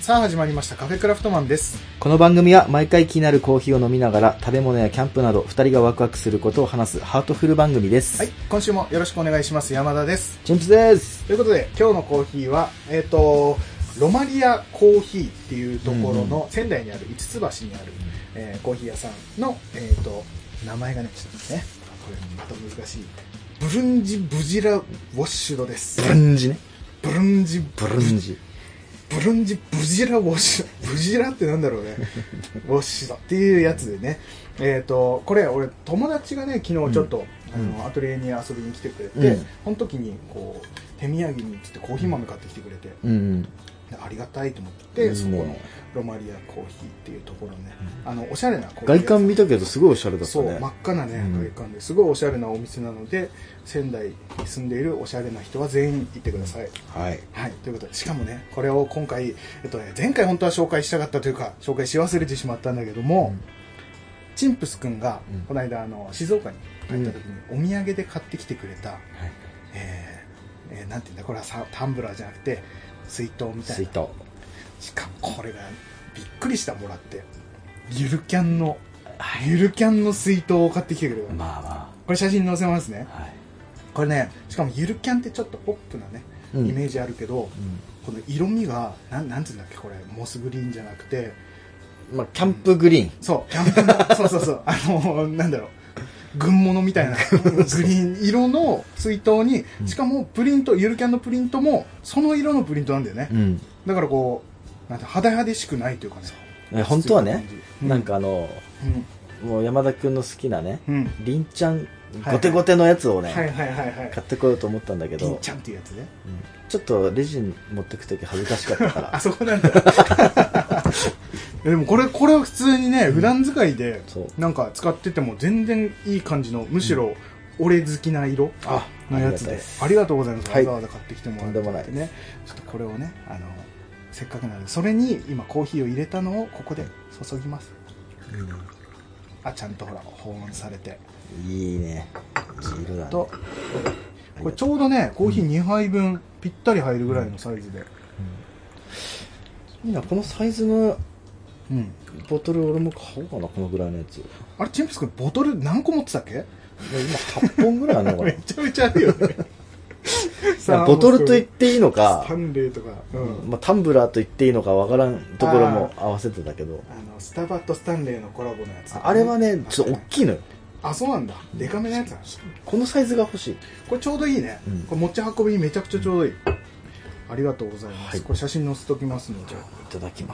さあ始まりましたカフェクラフトマンです。 この番組は毎回気になるコーヒーを飲みながら食べ物やキャンプなど2人がワクワクすることを話すハートフル番組です。 はい、今週もよろしくお願いします。山田です。 チンプスです。 ということで今日のコーヒーはロマリアコーヒーっていうところの仙台にある五つ橋にある、コーヒー屋さんの名前がねちょっとねこれまた難しいブルンジブジラウォッシュドです。 ブルンジね。 ブルンジブルンジブジラウォッシュブジラってなんだろうねウォッシュドっていうやつでね、これ俺友達がね昨日ちょっと、アトリエに遊びに来てくれて、その時にこう手土産につってコーヒー豆買ってきてくれて、ありがたいと思って、そこのロマリアコーヒーっていうところね、おしゃれなコーヒー外観見たけどすごいおしゃれだったね。 そう真っ赤なね、外観ですごいおしゃれなお店なので仙台に住んでいるおしゃれな人は全員行ってください。 はい、 はい、ということでしかもねこれを今回、前回本当は紹介したかったというか紹介し忘れてしまったんだけども、チンプスくんがこの間静岡に帰った時にお土産で買ってきてくれた、なんていうんだこれはタンブラーじゃなくて水筒みたいな。 水筒。 しかもこれがびっくりしたもらってゆるキャンの水筒を買ってきてくれた。 まあまあこれ写真載せますね。 はい、 これねしかもゆるキャンってちょっとポップなね、イメージあるけど、この色味がなんていうんだっけこれモスグリーンじゃなくて、 まあキャンプグリーン。 そうキャンプのそうなんだろう軍物みたいなグリーン色の水筒に、しかもプリントゆるキャンのプリントもその色のプリントなんだよね、だからこうなんて派手派手しくないというかね。 本当はね、なんかもう山田君の好きなね、りんちゃんゴテゴテのやつをね買ってこようと思ったんだけど、 りんちゃんっていうやつね、 ちょっとレジに持ってくとき恥ずかしかったからあそこなんだでもこれは普通にね、普段使いでなんか使ってても全然いい感じの、むしろ俺好きな色のやつで、ありがとうございます。わざわざ買ってきてもらってね、ちょっとこれをねせっかくなのでそれに今コーヒーを入れたのをここで注ぎます、ちゃんとほら保温されていいね色だね。 とこれちょうどねコーヒー2杯分ぴったり入るぐらいのサイズで、 いいなこのサイズのボトル俺も買おうかな、このぐらいのやつ。 あれチンプス君ボトル何個持ってたっけ？ 今8本ぐらいあるのかなめちゃめちゃあるよねボトルと言っていいのかスタンレーとか、 タンブラーと言っていいのかわからんところも合わせてたけど、 スタバとスタンレーのコラボのやつ、 あれはねちょっと大きいのよ。 あ、そうなんだ。デカめのやつなんだ。 このサイズが欲しい。 これちょうどいいね、これ持ち運びにめちゃくちゃちょうどいい。ありがとうございます、これ写真載せときますので。 いただきます。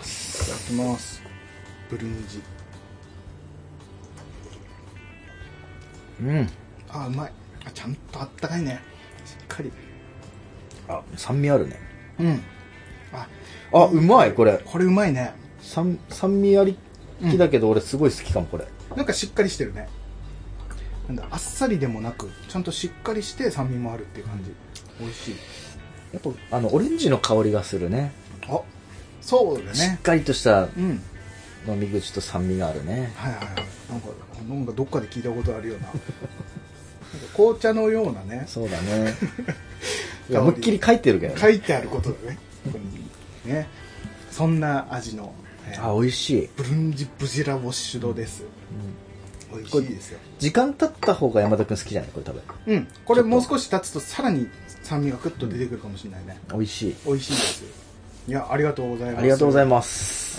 いただきます。ブルンジ。うまい。ちゃんとあったかいね、しっかり。 酸味あるね。 うまい。これうまいね。 酸味ありきだけど、俺すごい好きかもこれ。 なんかしっかりしてるね。なんだあっさりでもなくちゃんとしっかりして酸味もあるっていう感じ、美味しい。 やっぱオレンジの香りがするね。 そうだね。 しっかりとした飲み口と酸味があるね。 なんかどっかで聞いたことあるような紅茶のようなね。 そうだね思いっきり書いてるけどね。 書いてあることだねここにね。そんな味の美味しいブルンジブジラウォッシュドです、美味しいですよ。 時間経った方が山田君好きじゃないこれ多分。 これもう少し経つとさらに酸味がクッと出てくるかもしれないね。 美味しいですよ。いや、ありがとうございます。 ありがとうございます。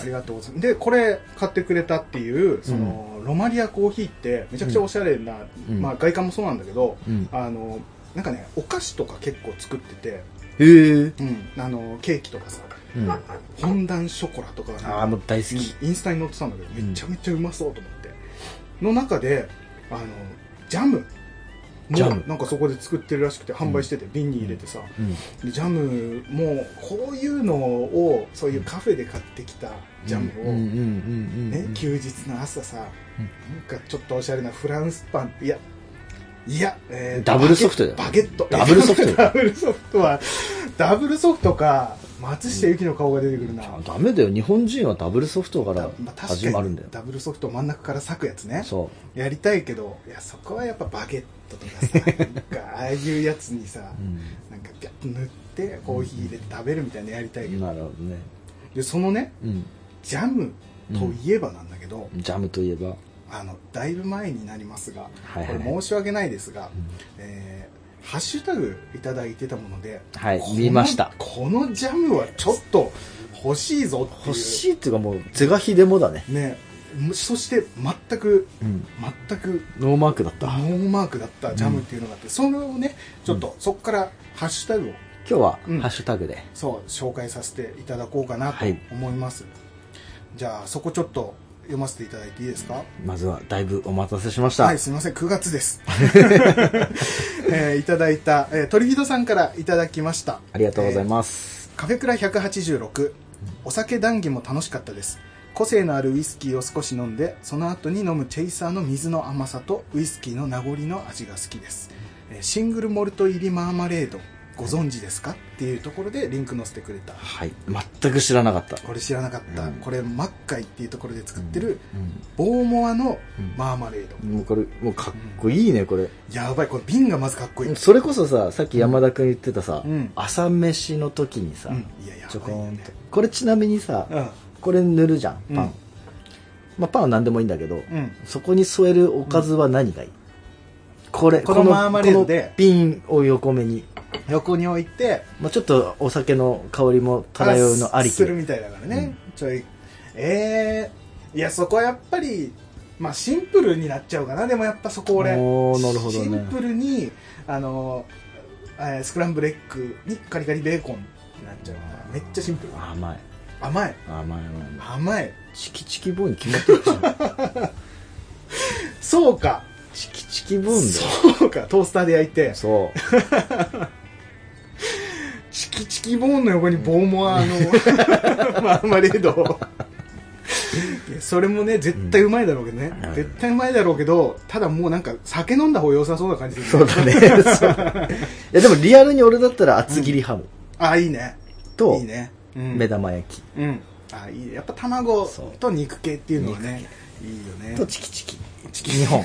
ありがとうございます。でこれ買ってくれたっていうその、ロマリアコーヒーってめちゃくちゃおしゃれな、外観もそうなんだけど、なんかねお菓子とか結構作ってて、ケーキとかさ、フォンダンショコラとか、 もう大好き。 インスタに載ってたんだけど、めちゃめちゃうまそうと思って、の中でジャムもなんかそこで作ってるらしくて販売してて、瓶に入れてさ、でジャムもこういうのをそういうカフェで買ってきたジャムをね、休日の朝さ、なんかちょっとおしゃれなフランスパン、 ダブルソフトだよ。 バゲットダブルソフトダブルソフトか松下由紀の顔が出てくるな。 ダメだよ、日本人はダブルソフトから始まるんだよ。 ダブルソフトを真ん中から裂くやつね。 そうやりたいけど、いやそこはやっぱバゲットとかさなんかああいうやつにさ、なんかピャッと塗ってコーヒー入れて食べるみたいなやりたいけど、 なるほどね。 でそのね、ジャムといえばなんだけど、 ジャムといえばだいぶ前になりますが、 はいはいはい、 これ申し訳ないですが、ハッシュタグいただいてたもので、 はい、見ました。 このジャムはちょっと欲しいぞっていう。 欲しいっていうかもう是が非でもだね。 ね、そして全くノーマークだったジャムっていうのがあって、それをねちょっとそこからハッシュタグを今日はハッシュタグで、 そう紹介させていただこうかなと思います、じゃあそこちょっと読ませていただいていいですか。 まずはだいぶお待たせしました。 はい、すみません、9月です。いただいた、トリフィドさんからいただきました。 ありがとうございます。 カフェクラ186、お酒談義も楽しかったです。個性のあるウイスキーを少し飲んで、その後に飲むチェイサーの水の甘さとウイスキーの名残の味が好きです。シングルモルト入りマーマレードご存知ですかっていうところでリンク載せてくれた。 はい、全く知らなかった。 これ知らなかった、これマッカイっていうところで作ってる、ボーモアのマーマレード、 もうこれもうかっこいいね、これやばい。これ瓶がまずかっこいい。 それこそさ、さっき山田君言ってたさ、朝飯の時にさ、ちょこんとこれちなみにさ、これ塗るじゃんパン、まあパンは何でもいいんだけど、そこに添えるおかずは何がいい？このマーマレードで瓶を横に置いて、 まあ、 ちょっとお酒の香りも漂うのありきするみたいだからね、ちょいいやそこはやっぱりまあシンプルになっちゃうかな。でもやっぱそこ俺、 なるほどね、 シンプルにスクランブルエッグにカリカリベーコンになっちゃうかな。めっちゃシンプル。甘いチキチキボーンに決まってるじゃん。 そうか、 チキチキボーンだよ。 そうか、トースターで焼いて、 そうチキチキボーンの横にボーモアのマーマレードそれもね絶対うまいだろうけどね、絶対うまいだろうけど、ただもうなんか酒飲んだ方が良さそうな感じする、ね、 そうだねいやでもリアルに俺だったら厚切りハム、 いいねといいね、 目玉焼き、 いい。やっぱ卵と肉系っていうのはねいいよね。 とチキチキ2本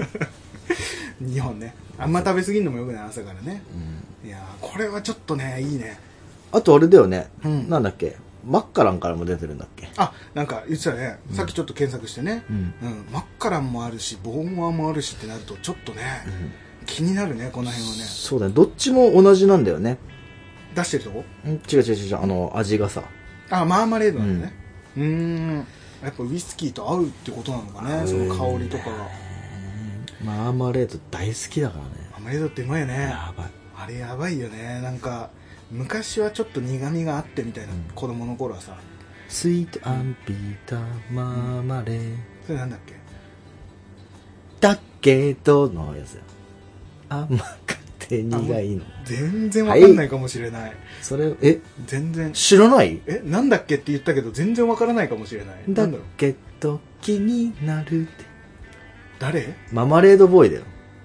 2本ね。あんま食べ過ぎるのもよくない、朝からね、いやこれはちょっとねいいね。 あとあれだよね、なんだっけ、マッカランからも出てるんだっけ。 なんか言ってたね、さっきちょっと検索してね、マッカランもあるしボーモアもあるしってなるとちょっとね、気になるね、この辺はね。 そうだね、どっちも同じなんだよね、 出してるとこ。 違う味がさ、 マーマレードなんだね。やっぱウイスキーと合うってことなのかね、その香りとかが。 マーマレード大好きだからね。 マーマレードってうまいよね。 やばい、 あれやばいよね。なんか昔はちょっと苦味があってみたいな、子供の頃はさ、 スイートアンビーターマーマレー、 それなんだっけ、 だけどのやつよ。甘くて苦いの。 全然わかんないかもしれない。 それ全然知らない？ なんだっけって言ったけど全然わからないかもしれない。 だけど気になるって。 誰？ ママレードボーイだよ。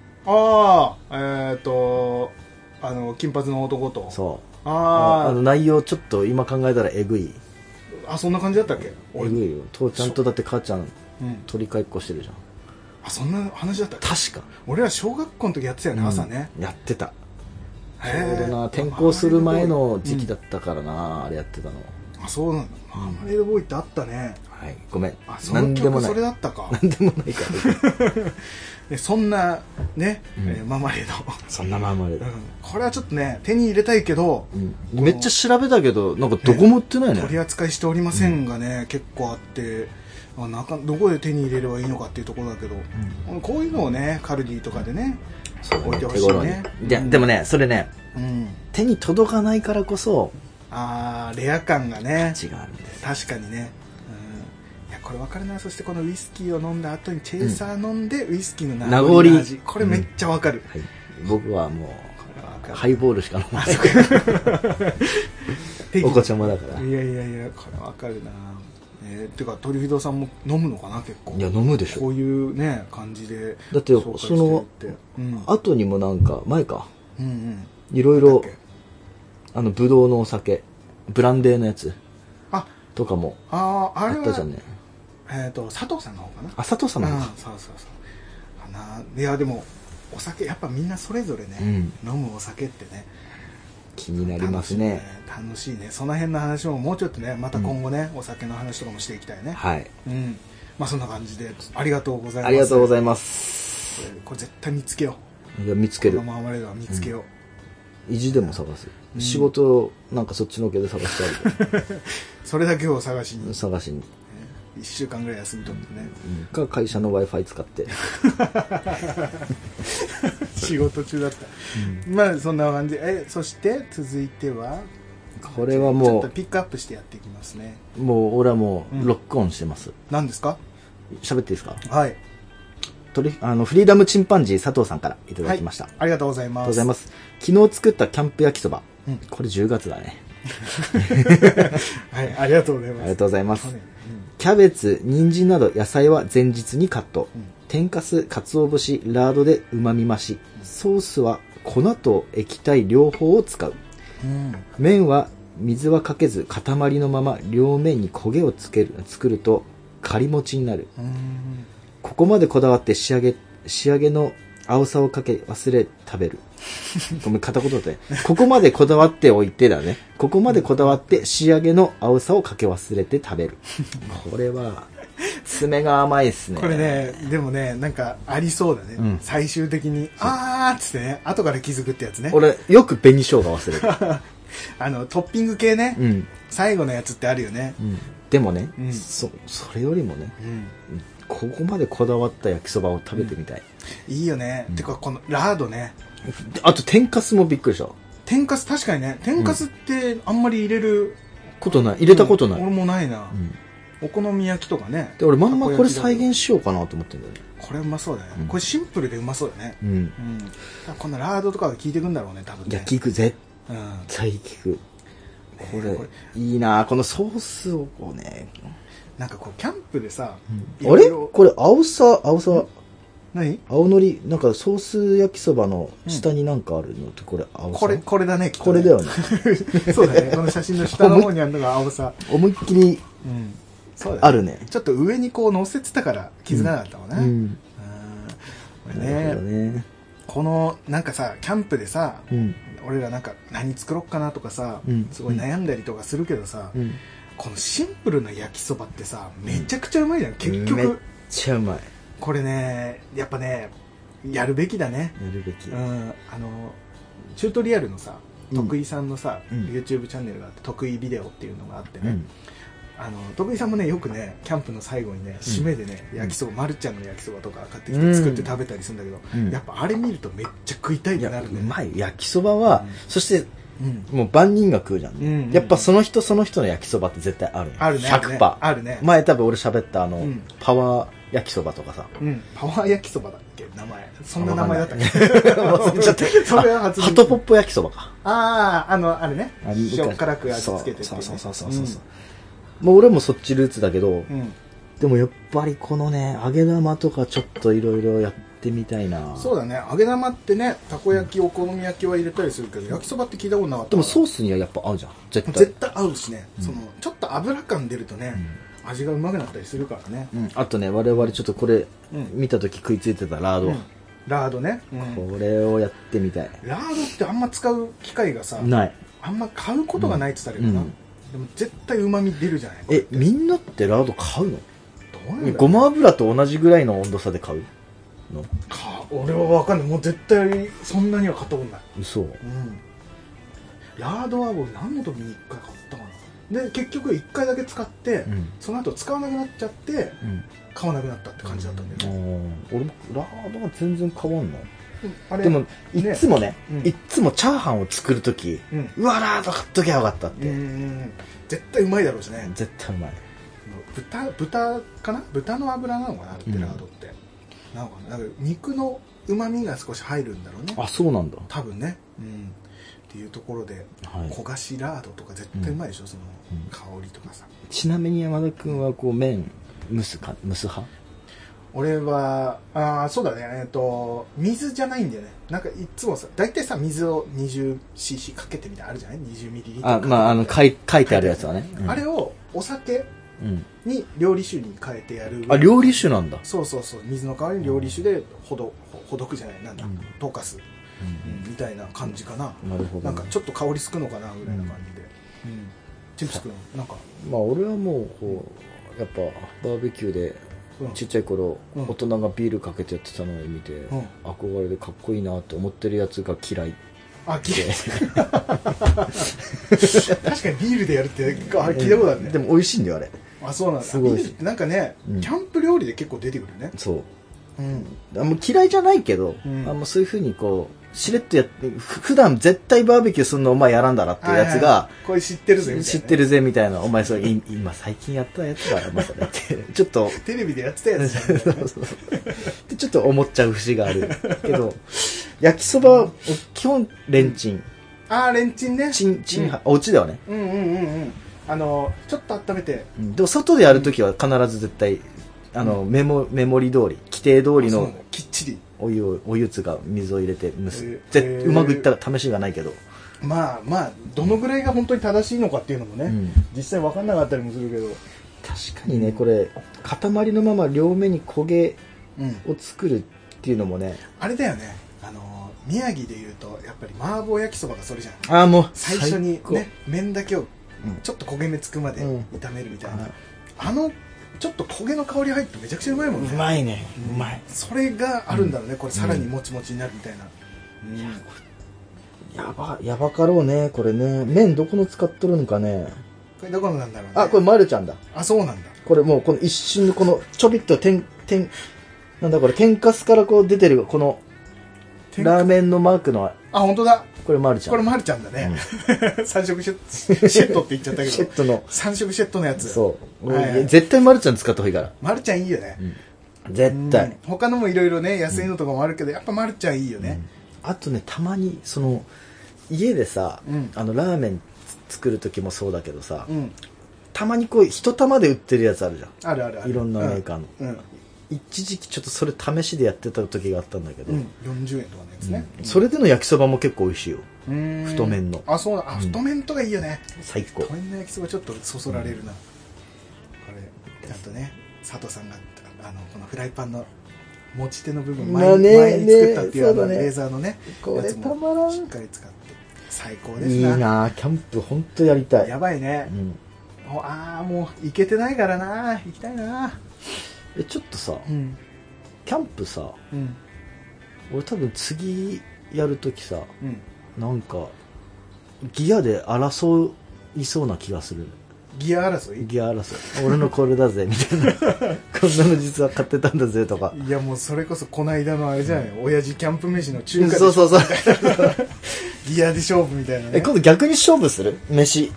金髪の男と。 そう。内容ちょっと今考えたらえぐい。 そんな感じだったっけ？ えぐいよ。父ちゃんとだって母ちゃん取り替えっこしてるじゃん。 そんな話だったっけ？ 確か。 俺は小学校の時やってたよね、朝ね。 やってた。ちょうどな、転校する前の時期だったからな、あれやってたの。 そうなんだ。マーマレードボーイってあったね。 はい、ごめん。 何でもない。それだったか。 何でもないからそんなね、マーマレード。 そんなマーマレード。 これはちょっとね、手に入れたいけど、 めっちゃ調べたけど、なんかどこも売ってないね。 取り扱いしておりませんがね、結構あって、どこで手に入れればいいのかっていうところだけど、こういうのをね、カルディとかでね、置いてほしいね。 でもね、それね、手に届かないからこそ、 レア感がね、 違うんです。 確かにね。いやこれ分かるな。そしてこのウイスキーを飲んだ後にチェイサー飲んでウイスキーの名残の味、これめっちゃ分かる。 僕はもうハイボールしか飲まない。お子ちゃまだから。 いやこれ分かるな。てかトリフィドさんも飲むのかな、結構。 いや飲むでしょ。 こういうね感じで。 だってその後にもなんか前か、いろいろブドウのお酒、ブランデーのやつとかもあったじゃんね。 佐藤さんの方かな。 佐藤さんの方か。 そういやでもお酒やっぱみんなそれぞれね、飲むお酒ってね気になりますね。 楽しいね。その辺の話ももうちょっとね、また今後ね、お酒の話とかもしていきたいね。 はい。 まあそんな感じで、ありがとうございます。 ありがとうございます。 これ絶対見つけよう。いや、見つける。 このマーマレードは見つけよう。意地でも探す。仕事、なんかそっちのけで探してある。 それだけを探しに。 探しに。 1週間ぐらい休み取ってね。 か、会社の Wi-Fi 使って。 仕事中だった。まあそんな感じ。そして続いては、 これはもうちょっとピックアップしてやっていきますね。 もう俺はもうロックオンしてます。 何ですか？ 喋っていいですか？ はい。 フリーダムチンパンジー佐藤さんからいただきました。 はい、ありがとうございます。 ありがとうございます。昨日作ったキャンプ焼きそば。これ10月だね。 はい、ありがとうございます。 ありがとうございます。キャベツ、人参など野菜は前日にカット。天かす、鰹節、ラードで旨味増し。ソースは粉と液体両方を使う。麺は水はかけず塊のまま両面に焦げを作るとカリもちになる。ここまでこだわって仕上げの青さをかけ忘れ食べる。ごめん、片言だね。ここまでこだわっておいてだね。ここまでこだわって仕上げの青さをかけ忘れて食べる。これは爪が甘いですね。 これね、でもね、なんかありそうだね。最終的にあーっつってね、後から気づくってやつね。 俺よく紅生姜忘れる。 トッピング系ね、最後のやつってあるよね。 でもね、それよりもね、ここまでこだわった焼きそばを食べてみたい。 いいよね。てかこのラードね。 あと天かすもびっくりした。 天かす確かにね、天かすってあんまり入れることない。入れたことない。 俺もないな。お好み焼きとかね。 で俺まんまこれ再現しようかなと思ってんだよね。 これうまそうだね。これシンプルでうまそうだね。このラードとかが効いてくんだろうね、多分ね。 いや、効く、絶対効く。これいいな。このソースをこうね、 なんかこうキャンプでさ、 あれこれ青さ何？ 青のり、なんかソース焼きそばの下になんかあるのってこれ青さ。 これだね。 これだよね。 そうだね。この写真の下の方にあるのが青さ。 思いっきりあるね。 ちょっと上にこう乗せてたから気づかなかったもんね。これね。このなんかさ、キャンプでさ、俺らなんか何作ろっかなとかさ、すごい悩んだりとかするけどさ、このシンプルな焼きそばってさ、めちゃくちゃうまいじゃん、結局。 めっちゃうまい。 これね、やっぱね、やるべきだね。 やるべき。 チュートリアルのさ、徳井さんのさ、YouTube チャンネルがあって、徳井ビデオっていうのがあってね、徳井さんもね、よくね、キャンプの最後にね、締めでね、焼きそば、まるちゃんの焼きそばとか買ってきて作って食べたりするんだけど、やっぱあれ見るとめっちゃ食いたいってなるね。 うまい。焼きそばは、そして、もう万人が食うじゃん。やっぱその人の焼きそばって絶対あるよ。 あるね。 100%。 あるね。 前多分俺喋ったパワー焼きそばとかさ。 パワー焼きそばだっけ名前。そんな名前だったっけ忘れちゃって。それは初ハトポッポ焼きそばか。 あれね。塩辛く味付けて。 そう。もう俺もそっちルーツだけど、でもやっぱりこのね、揚げ玉とかちょっといろいろやってみたいな。 そうだね。揚げ玉ってね、たこ焼き、お好み焼きは入れたりするけど、焼きそばって聞いたことなかった。 でもソースにはやっぱ合うじゃん。 絶対合うしね。ちょっと油感出るとね、味がうまくなったりするからね。 あとね、我々ちょっとこれ、見たとき食いついてたラード。 ラードね。 これをやってみたい。 ラードってあんま使う機会がさ、 ない。 あんま買うことがないって言ったらいいかな。でも絶対旨味出るじゃない。 みんなってラード買うの？ごま油と同じぐらいの温度差で買うの？ 俺は分かんない。もう絶対そんなには買ったことない。 嘘。 ラードは僕何の時に1回買ったかな。で結局1回だけ使って、その後使わなくなっちゃって、買わなくなったって感じだったんだよね。 俺もラードが全然変わんない。でもいつもね、いつもチャーハンを作る時、うわラード買っときゃよかったって。 絶対うまいだろうしね。 絶対うまい。 豚かな、豚の油なのかなってラードって、なんか肉の旨味が少し入るんだろうね。 あ、そうなんだ。 多分ね。っていうところで、焦がしラードとか絶対うまいでしょ、その香りとかさ。 ちなみに山田君はこう麺蒸す派？ 俺はそうだね、水じゃないんだよね。なんかいつもさ、大体さ、水を 20cc かけてみたいなあるじゃない？ 20ml。 書いてあるやつはね。 あれをお酒に料理酒に変えてやる。 あ、料理酒なんだ。 そう。水の代わりに料理酒でほどくじゃない、なんだ、溶かす。 みたいな感じかな。 なるほど、 なんかちょっと香りつくのかなぐらいな感じで。チンプス君なんかまあ俺はもうこうやっぱバーベキューでちっちゃい頃、大人がビールかけてやってたのを見て、憧れでかっこいいなと思ってるやつが嫌い。 あ、嫌い。確かにビールでやるってあれ聞いたことあるね。 でも美味しいんだよあれ。 あ、そうなんだ。ビールってなんかね、キャンプ料理で結構出てくるね。 そう。あんま嫌いじゃないけど、あんまそういう風にこうしれっとやって普段絶対バーベキューするのお前やらんだなっていうやつが、 これ知ってるぜみたいな、 知ってるぜみたいな、お前それ今最近やったやつだまさねってちょっとテレビでやってたやつじゃん、ね、 でちょっと思っちゃう節があるけど、焼きそば基本レンチン。 ああ、レンチンね。 チンお家ではね。 ちょっと温めて。 でも外でやるときは必ず絶対メモリ通り規定通りのきっちりお湯つが水を入れて蒸す。うまくいったら試しがないけど。 まあどのぐらいが本当に正しいのかっていうのもね、実際分かんなかったりもするけど。 確かにね、これ塊のまま両面に焦げを作るっていうのもね、 あれだよね。宮城でいうとやっぱり麻婆焼きそばがそれじゃん。 ああ、もう最初にね、麺だけをちょっと焦げ目つくまで炒めるみたいな、ちょっと焦げの香り入ってめちゃくちゃうまいもんね。 うまいね、うまい。 それがあるんだろうね、これさらにもちもちになるみたいな。やばかろうね、これね。麺どこの使っとるのかね。 これどこのなんだろうね。 あ、これマルちゃんだ。 あ、そうなんだ。 これもうこの一瞬のこのちょびっとなんだこれ、天かすからこう出てるこのラーメンのマークの。 あ、本当だ。 これマルちゃん。 これマルちゃんだね。三色シェットって言っちゃったけど。 シェットの。 三色シェットのやつ。 そう。絶対マルちゃん使った方がいいから。 マルちゃんいいよね。 絶対。 他のもいろいろね、安いのとかもあるけど、やっぱマルちゃんいいよね。 あとね、たまに、家でさ、ラーメン作る時もそうだけどさ、たまにこう、一玉で売ってるやつあるじゃん。 あるあるある。 いろんなメーカーの。一時期ちょっとそれ試しでやってた時があったんだけど、 40円とかのやつね。それでの焼きそばも結構美味しいよ。太麺の。 あ、そうだ。太麺とかいいよね。 最高。 太麺の焼きそばちょっとそそられるな。これ、ちゃんとね、佐藤さんが、このフライパンの持ち手の部分前に作ったっていうレーザーのね、 これたまらん。 しっかり使って最高ですな。 いいな、キャンプ本当やりたい。 やばいね。もう行けてないからな、行きたいな。 ちょっとさ、キャンプさ、俺多分次やるときさ、なんかギアで争いそうな気がする。 ギア争い俺のこれだぜみたいなこんなの実は買ってたんだぜとか。 いやもうそれこそこの間のあれじゃない、親父キャンプ飯の中華でそうギアで勝負みたいなね。 今度逆に勝負する？飯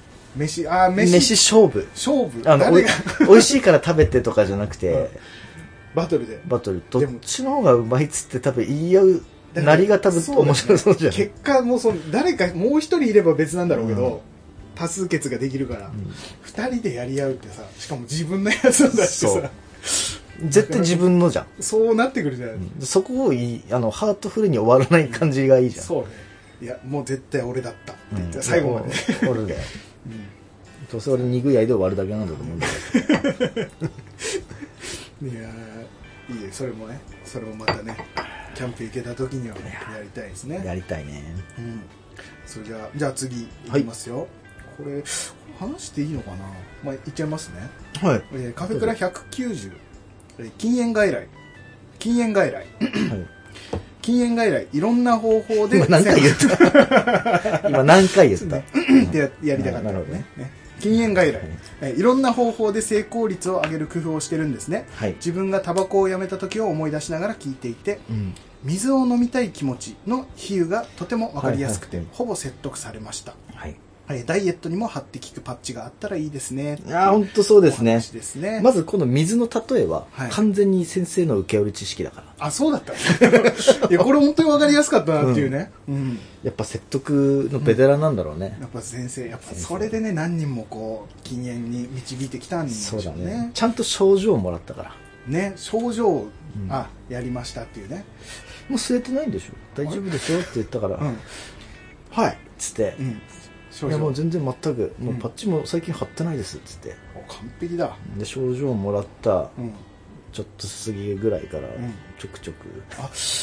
勝負美味しいから食べてとかじゃなくて、 バトルどっちの方がうまいっつって多分言い合うなりが多分面白そうじゃん。 結果もう誰かもう一人いれば別なんだろうけど、多数決ができるから2人でやり合うってさ、しかも自分のやつを出してさ、 絶対自分のじゃん。 そうなってくるじゃない。 そこをハートフルに終わらない感じがいいじゃん。 そうね。いやもう絶対俺だったって言って最後まで俺だよ。どうせ俺憎い愛で終わるだけなんだと思うんだけど。 いやいいよ、それもまたね、キャンプ行けた時にはやりたいですね。 やりたいね。 それじゃあ次いきますよ。これ話していいのかな。まあいっちゃいますね。 はい。 カフェクラ190、禁煙外来。禁煙外来、いろんな方法で。 今何回言ったでやりたかったのね。禁煙外来、いろんな方法で成功率を上げる工夫をしてるんですね。自分がタバコをやめた時を思い出しながら聞いていて、水を飲みたい気持ちの比喩がとても分かりやすくて、ほぼ説得されました。ダイエットにも貼って効くパッチがあったらいいですね。 本当そうですね。 ね。 まずこの水の例えは、完全に先生の受け売り知識だから。 あ、そうだった。いやこれ本当に分かりやすかったなっていうね。 やっぱ説得のベテランなんだろうね。 やっぱ先生、やっぱそれでね、何人もこう禁煙に導いてきたんでしょうね。 そうだね。ちゃんと症状をもらったからね。症状をやりましたっていうね。 もう吸えてないんでしょ、大丈夫でしょって言ったからはいっつって、いやもう全然全くもうパッチも最近貼ってないですっつって、 完璧だ。 で症状をもらったちょっと過ぎぐらいからちょくちょく、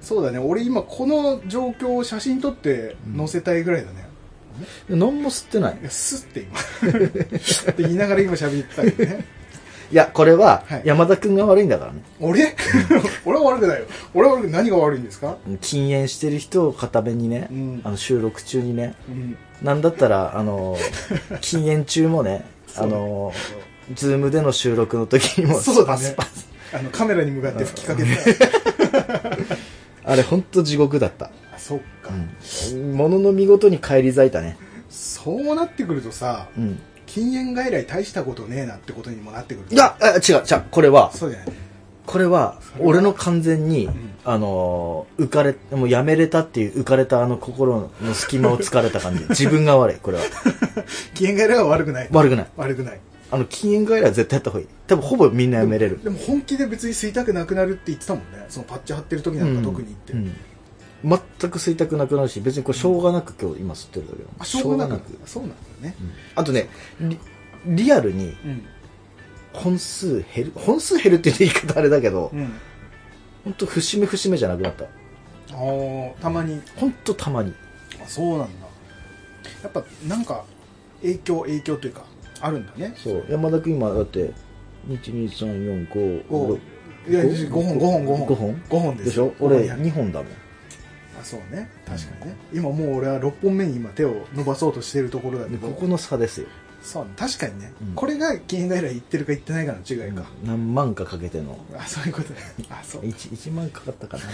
そうだね、俺今この状況を写真撮って載せたいぐらいだね。 何も吸ってない。 吸って今って言いながら今喋ったけどね。 いや、これは山田くんが悪いんだからね。 俺俺は悪くないよ。俺は悪く何が悪いんですか？ 禁煙してる人を片目にね、収録中にね、なんだったら禁煙中もね、ズームでの収録の時にもスパスパス、 カメラに向かって吹きかけてあれ本当地獄だった。 そっか、 ものの見事に返り咲いたね。 そうなってくるとさ、禁煙外来大したことねえなってことにもなってくる。 いや、違うこれはそうじゃない、 これは俺の完全に浮かれ、もうやめれたっていう浮かれた心の隙間を突かれた感じ。自分が悪い、これは。 禁煙外来は悪くない。 悪くない。 悪くない。 禁煙外来は絶対やった方がいい。多分ほぼみんなやめれる。 でも本気で別に吸いたくなくなるって言ってたもんね。そのパッチ貼ってる時なんか特に言って。 全く吸いたくなくなるし、別にこれしょうがなく今日今吸ってるだけど。 しょうがなく。そうなんだね。 あとね、リアルに本数減るっていう言い方あれだけど、本当節目節目じゃなくなった。 たまに。 本当たまに。 そうなんだ。やっぱなんか影響というかあるんだね。 そう。山田君今だって1、2、3、4、5、 いや5本です。 でしょ。俺2本だもん。 そうね、確かにね。今もう俺は6本目に今手を伸ばそうとしているところだけど、 ここの差ですよ。 そう、確かにね、これが禁煙外来行ってるか行ってないかの違いか。 何万かかけての。 そういうことね。そう。 1万かかったかな。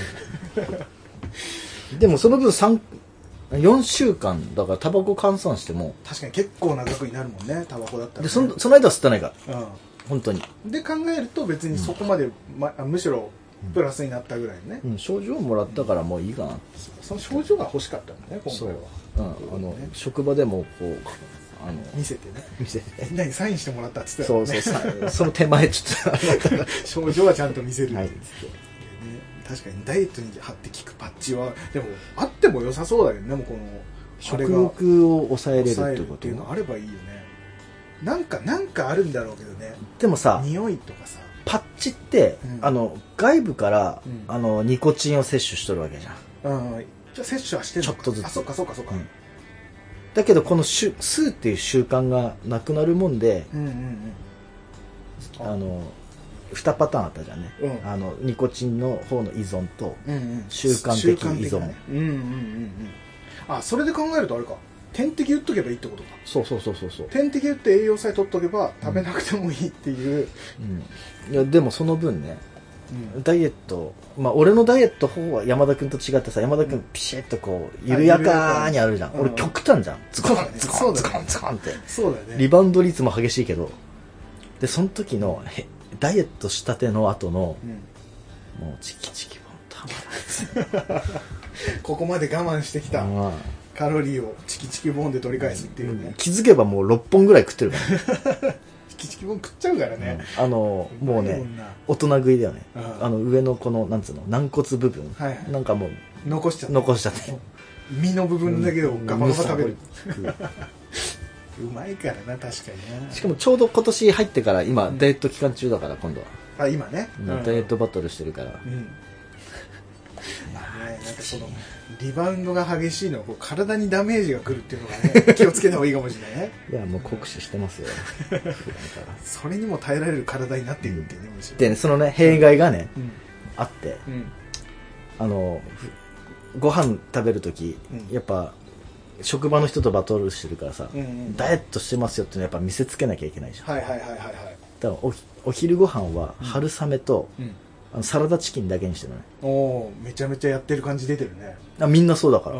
でもその分4週間だからタバコ換算しても確かに結構な額になるもんね、タバコだったら、 でその間は吸ってないから、本当に。 で考えると別にそこまで、むしろプラスになったぐらいね、 症状をもらったからもういいかな。 その症状が欲しかったんだね今回は。 職場でもこう見せて何サインしてもらったっつって、 そうその手前ちょっと症状はちゃんと見せるって言って、確かにダイエットに貼って効くパッチはでもあっても良さそうだけどね。もうこの食欲を抑えれるってことっていうのあればいいよね。なんかあるんだろうけどね。 でもさ、 匂いとかさ、 パッチって、外部から、ニコチンを摂取しとるわけじゃん。 じゃあ摂取はしてるのか。 ちょっとずつ。 そうか。 だけどこの吸うっていう習慣がなくなるもんで、2パターンあったじゃんね。ニコチンの方の依存と、習慣的依存。それで考えるとあれか。点滴打っとけばいいってことか。 そう。 点滴打って栄養さえ取っとけば食べなくてもいいっていう。 いやでもその分ね、ダイエット、俺のダイエット方は山田君と違ってさ、山田君ピシッとこう緩やかにあるじゃん。俺極端じゃん。ズコンって。 そうだよね。 リバウンド率も激しいけど、でその時のダイエットしたての後の、もうチキチキボンたまらずここまで我慢してきたカロリーをチキチキボンで取り返すっていうね。 気づけばもう6本ぐらい食ってるからチキチキボン食っちゃうからね。 もうね、大人食いだよね。上のこのなんつうの軟骨部分、なんかもう残しちゃって身の部分だけをガバガバ食べる。うまいからな、確かにね。 しかもちょうど今年入ってから今ダイエット期間中だから、今度は今ねダイエットバトルしてるから、 なんかそのリバウンドが激しいのは体にダメージがくるっていうのがね、気をつけた方がいいかもしれないね。 いやもう酷使してますよそれにも耐えられる体になっていくっていうね。 でね、そのね弊害がね、あって、ご飯食べるとき、やっぱ職場の人とバトルしてるからさ、ダイエットしてますよってのやっぱ見せつけなきゃいけないじゃん。だからお昼ご飯は春雨と、サラダチキンだけにしてるね。めちゃめちゃやってる感じ出てるね。 みんなそうだから。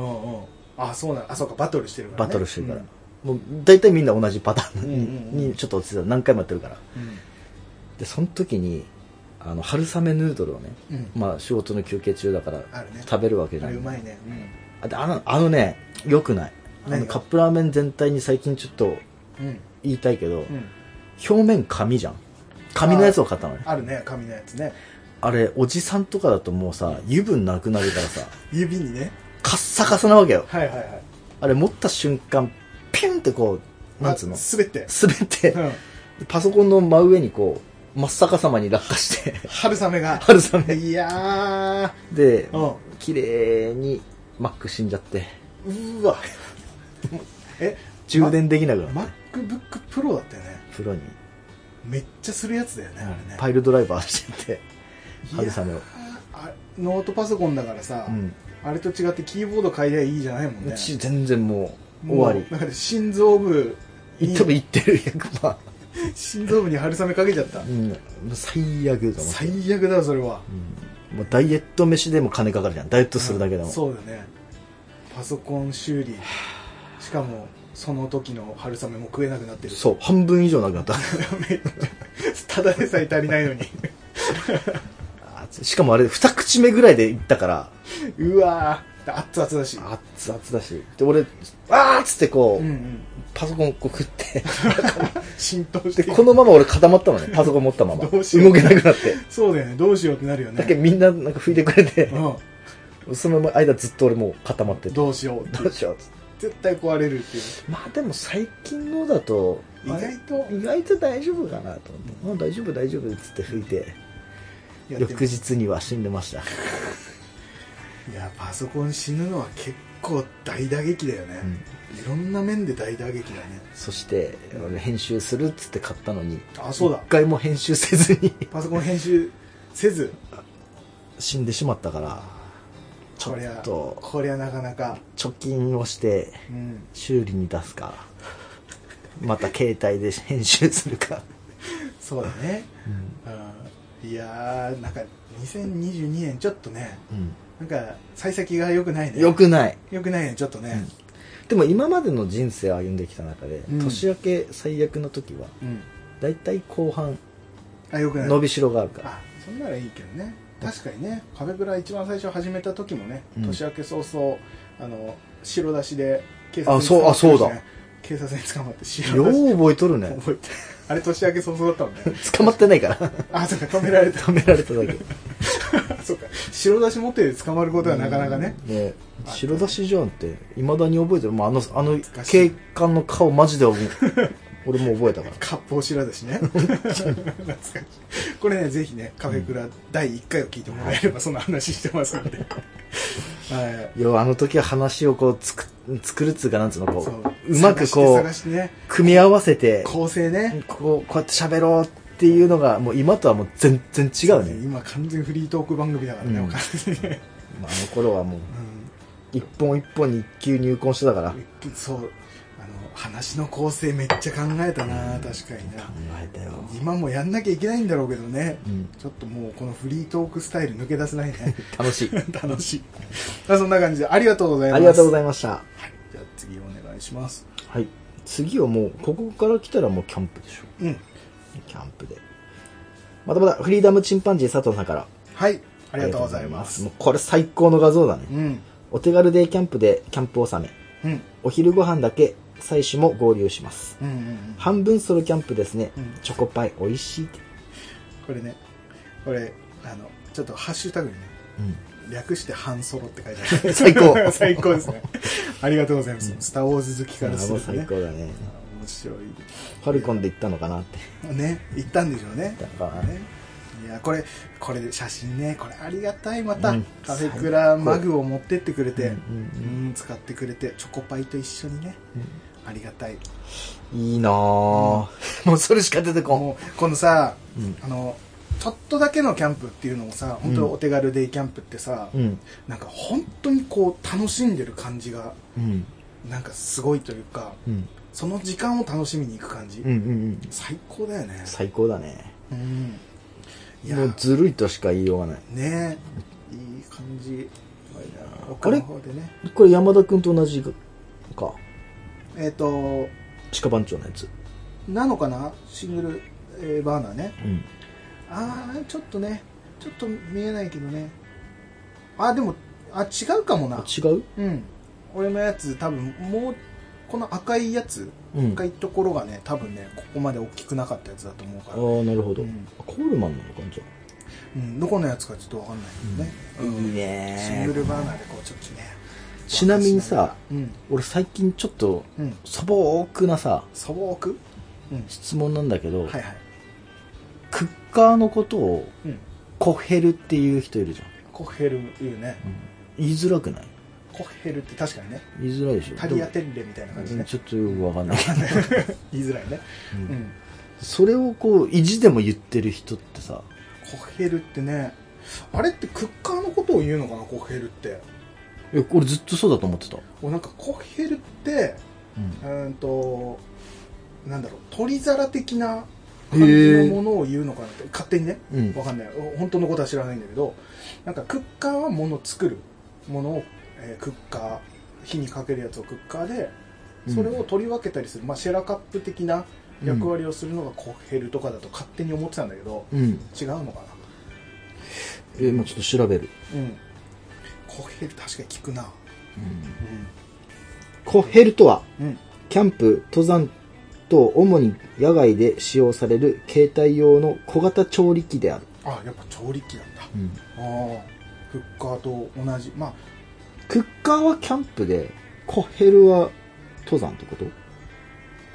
そうか、バトルしてるからね。 バトルしてるから、もう大体みんな同じパターンにちょっと落ちてた。何回もやってるから、でその時に春雨ヌードルをね、仕事の休憩中だから食べるわけじゃん。 うまいね。 ね、よくない。カップラーメン全体に最近ちょっと言いたいけど、表面紙じゃん。紙のやつを買ったのね。 あるね、紙のやつね。 あれおじさんとかだともうさ、油分なくなるからさ、 指にねカッサカサなわけよ。あれ持った瞬間ピュンってこう、なんつうの、 滑って、 パソコンの真上にこう真っ逆さまに落下して春雨。いやで、 綺麗に Mac 死んじゃって、 うわ充電できなくなった。 MacBook Pro だったよね。 プロにめっちゃするやつだよね、あれね。 パイルドライバーしてて春雨をノートパソコンだからさ、あれと違ってキーボード変えりゃいいじゃないもんね。 全然もう終わり。 だから心臓部に多分いってる100% 心臓部に春雨かけちゃった、 最悪だ。 最悪だそれは、 もうダイエット飯でも金かかるじゃん、ダイエットするだけでも。 そうだね。パソコン修理、しかもその時の春雨も食えなくなってる。 そう、半分以上なくなったただでさえ足りないのにしかもあれ2口目ぐらいでいったから、 うわー、熱々だし、 熱々だし、で俺あーっつってこう、パソコンこう食って浸透して、 このまま俺固まったのね、パソコン持ったまま動けなくなって。 そうだよね、どうしようってなるよね。 だけどみんななんか拭いてくれて、その間ずっと俺もう固まってて、 どうしようどうしようっつって、 絶対壊れるっていう。 まあでも最近のだと意外と大丈夫かなと思って、大丈夫大丈夫っつって拭いて、翌日には死んでました。 いや、パソコン死ぬのは結構大打撃だよね、いろんな面で大打撃だね。 そして俺編集するっつって買ったのに、 そうだ、 一回も編集せずにパソコン編集せず死んでしまったから、ちょっとこりゃなかなか貯金をして修理に出すか、また携帯で編集するかそうだね、いやー、なんか2022年ちょっとね、なんか幸先が良くないね。良くないね、ちょっとね、 でも今までの人生を歩んできた中で、年明け最悪の時はだいたい後半伸びしろがあるから。 そんならいいけどね。確かにね、カフェクラ一番最初始めた時もね、年明け早々白出しで警察に捕まって、 そうだ、 警察に捕まって白出し、よう覚えとるね。 覚えて、あれ年明け早々だったもんね。 捕まってないからそうか、止められただけそうか、白出し持って捕まることはなかなかね、 白出しじゃんっていまだに覚えてる。あの警官の顔マジで俺も覚えたから。 割烹白だしね懐かしい。これね、ぜひね、カフェクラ第1回を聞いてもらえればそんな話してますのであの時は話をこう作るっつうか、なんつうの、こううまくこう組み合わせて構成ね、 こうやって喋ろうっていうのがもう今とはもう全然違うね。 今完全フリートーク番組だからね、 あの頃はもう一本一本に一級入魂してたから。 そう、話の構成めっちゃ考えたな、確かにな。考えたよ。 今もやんなきゃいけないんだろうけどね、ちょっともうこのフリートークスタイル抜け出せないね楽しい楽しいそんな感じでありがとうございます。 ありがとうございました。 はい、じゃあ次お願いします。 はい、次はもうここから来たらもうキャンプでしょ。キャンプでまたフリーダムチンパンジー佐藤さんから、 はい、ありがとうございます。 もうこれ最高の画像だね、お手軽でキャンプでキャンプ納め、お昼ご飯だけ採取も合流します、半分ソロキャンプですね、チョコパイ美味しいって。 これね、これちょっとハッシュタグにね、略して半ソロって書いてある最高最高ですねありがとうございます、スターウォーズ好きからするとね、 最高だね。 面白い。 ファルコンで行ったのかなってね、行ったんでしょうね。いや、これで写真ね、これありがたい。また、カフェクラマグを持ってってくれて、使ってくれて、チョコパイと一緒にね、ありがたい。 いいなぁ、もうそれしか出てこん。もうこのさ、ちょっとだけのキャンプっていうのもさ、本当お手軽デイキャンプってさ、なんか本当にこう楽しんでる感じが、なんかすごいというか、その時間を楽しみに行く感じ、最高だよね。 最高だね。もうずるいとしか言いようがないね。いい感じ。奥の方でね。 これ山田君と同じか。 鹿番長のやつなのかな、シングル、バーナーね。ちょっとね、ちょっと見えないけどね。でも違うかもな。 違う？ 俺のやつ多分もうこの赤いやつ、赤いところがね、多分ね、ここまで大きくなかったやつだと思うから。 なるほど。コールマンなのかじゃあ。どこのやつかちょっとわかんないけどね。 いいね。 シングルバーナーでこうちょっとね。 ちなみにさ、俺最近ちょっと素朴なさ、質問なんだけど、クッカーのことをコッヘルっていう人いるじゃん。 コッヘル言うね。 言いづらくない？ コヘルって確かにね。 言いづらいでしょ。 タリアテッレみたいな感じね。 ちょっとよくわかんない。 言いづらいね。 それをこう、意地でも言ってる人ってさ。 コヘルってね、あれってクッカーのことを言うのかな、コヘルって。 俺ずっとそうだと思ってた。 なんかコヘルって、なんだろう、鳥皿的な感じのものを言うのかなって、勝手にね、わかんない。本当のことは知らないんだけど、なんかクッカーは物を作るものを、クッカー、火にかけるやつをクッカーで、それを取り分けたりする、シェラカップ的な役割をするのがコヘルとかだと勝手に思ってたんだけど、違うのかな。 もうちょっと調べる。 コヘル確かに聞くな。 コヘルとは、キャンプ、登山と主に野外で使用される携帯用の小型調理器である。 あ、やっぱ調理器なんだ。クッカーと同じ。 クッカーはキャンプで、コヘルは登山ってこと？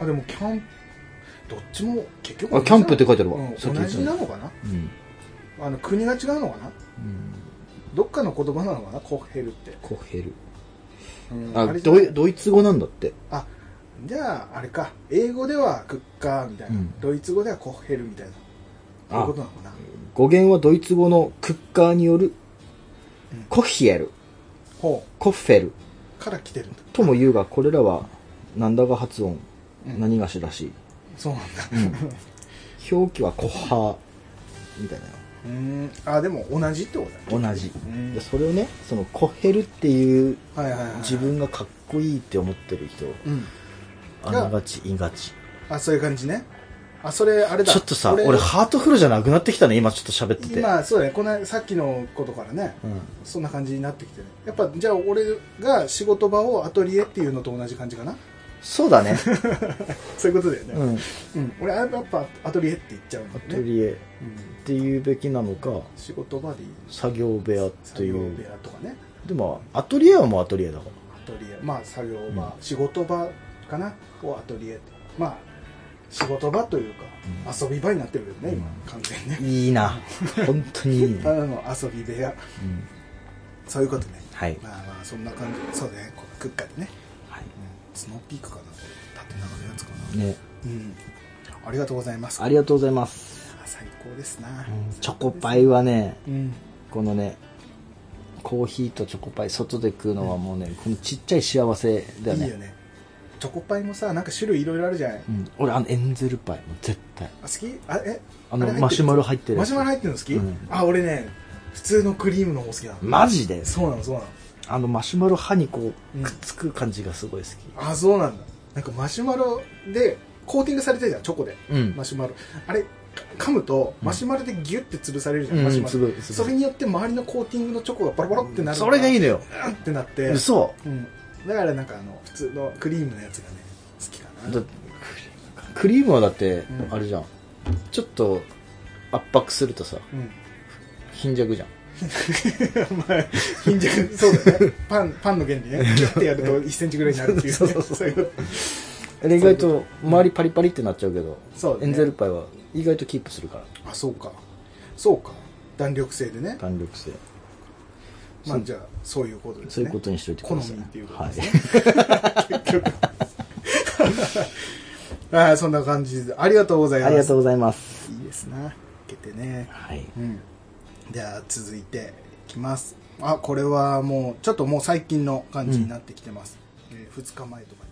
でもキャンプ、どっちも結局キャンプって書いてあるわ。 同じなのかな。国が違うのかな。どっかの言葉なのかな、コヘルって。 コヘル。ドイツ語なんだって。 じゃああれか、英語ではクッカーみたいな、ドイツ語ではコヘルみたいな、そういうことなのかな。 語源はドイツ語のクッカーによるコヒエル、コッフェルから来てるんだとも言うが、これらはなんだが発音、何がしらしい。 そうなんだ。 表記はコッハーみたいな。 でも同じってことだね。 同じ。でそれをね、そのコヘルっていう自分がかっこいいって思ってる人、あながちいがち。 そういう感じね。それあれだ。 ちょっとさ、俺ハートフルじゃなくなってきたね、今ちょっと喋ってて。 今そうだね、さっきのことからね、そんな感じになってきてね。やっぱじゃあ俺が仕事場をアトリエっていうのと同じ感じかな。 そうだね。 そういうことだよね。俺やっぱアトリエって言っちゃうんだよね。 アトリエっていうべきなのか、 仕事場でいい。 作業部屋っていう。 作業部屋とかね。 でもアトリエはもうアトリエだから。 アトリエ、作業場、仕事場かなをアトリエって。仕事場というか、遊び場になってるけどね、今完全にね。 いいな。本当にいいね。 遊び部屋。そういうことね。 はい。 そんな感じ。そうね、このクッカーでね。スノーピークかな、縦長のやつかな。ね。ありがとうございます。 ありがとうございます。 最高ですな。 チョコパイはね、このね、コーヒーとチョコパイ外で食うのはもうね、このちっちゃい幸せだよね。 いいよね。チョコパイもさ、なんか種類いろいろあるじゃない。 俺エンゼルパイも絶対。 好き？ マシュマロ入ってる。 マシュマロ入ってるの好き？俺ね、普通のクリームの方好きなの。 マジで？ そうなの。 マシュマロ歯にこうくっつく感じがすごい好き。 そうなんだ。なんかマシュマロでコーティングされてるじゃん、チョコで。マシュマロ。あれ噛むとマシュマロでギュッて潰されるじゃん、マシュマロ。それによって周りのコーティングのチョコがバラバラってなる。 それがいいのよ。 ってなって。 嘘。 だからなんか普通のクリームのやつがね好きかな。 クリームはだってあれじゃん。ちょっと圧迫するとさ、貧弱じゃん。 貧弱、そうだね。パンの原理ね。ギュッてやると1センチぐらいになるっていう。そういう。 意外と周りパリパリってなっちゃうけど、エンゼルパイは意外とキープするから。 そうか。弾力性でね。 弾力性。 じゃあそういうことですね。 そういうことにしといてください。 好みっていうことですね。結局。そんな感じでありがとうございます。 ありがとうございます。 いいですな。いけてね。 はい。 では続いていきます。これはもうちょっともう最近の感じになってきてます。2日前とか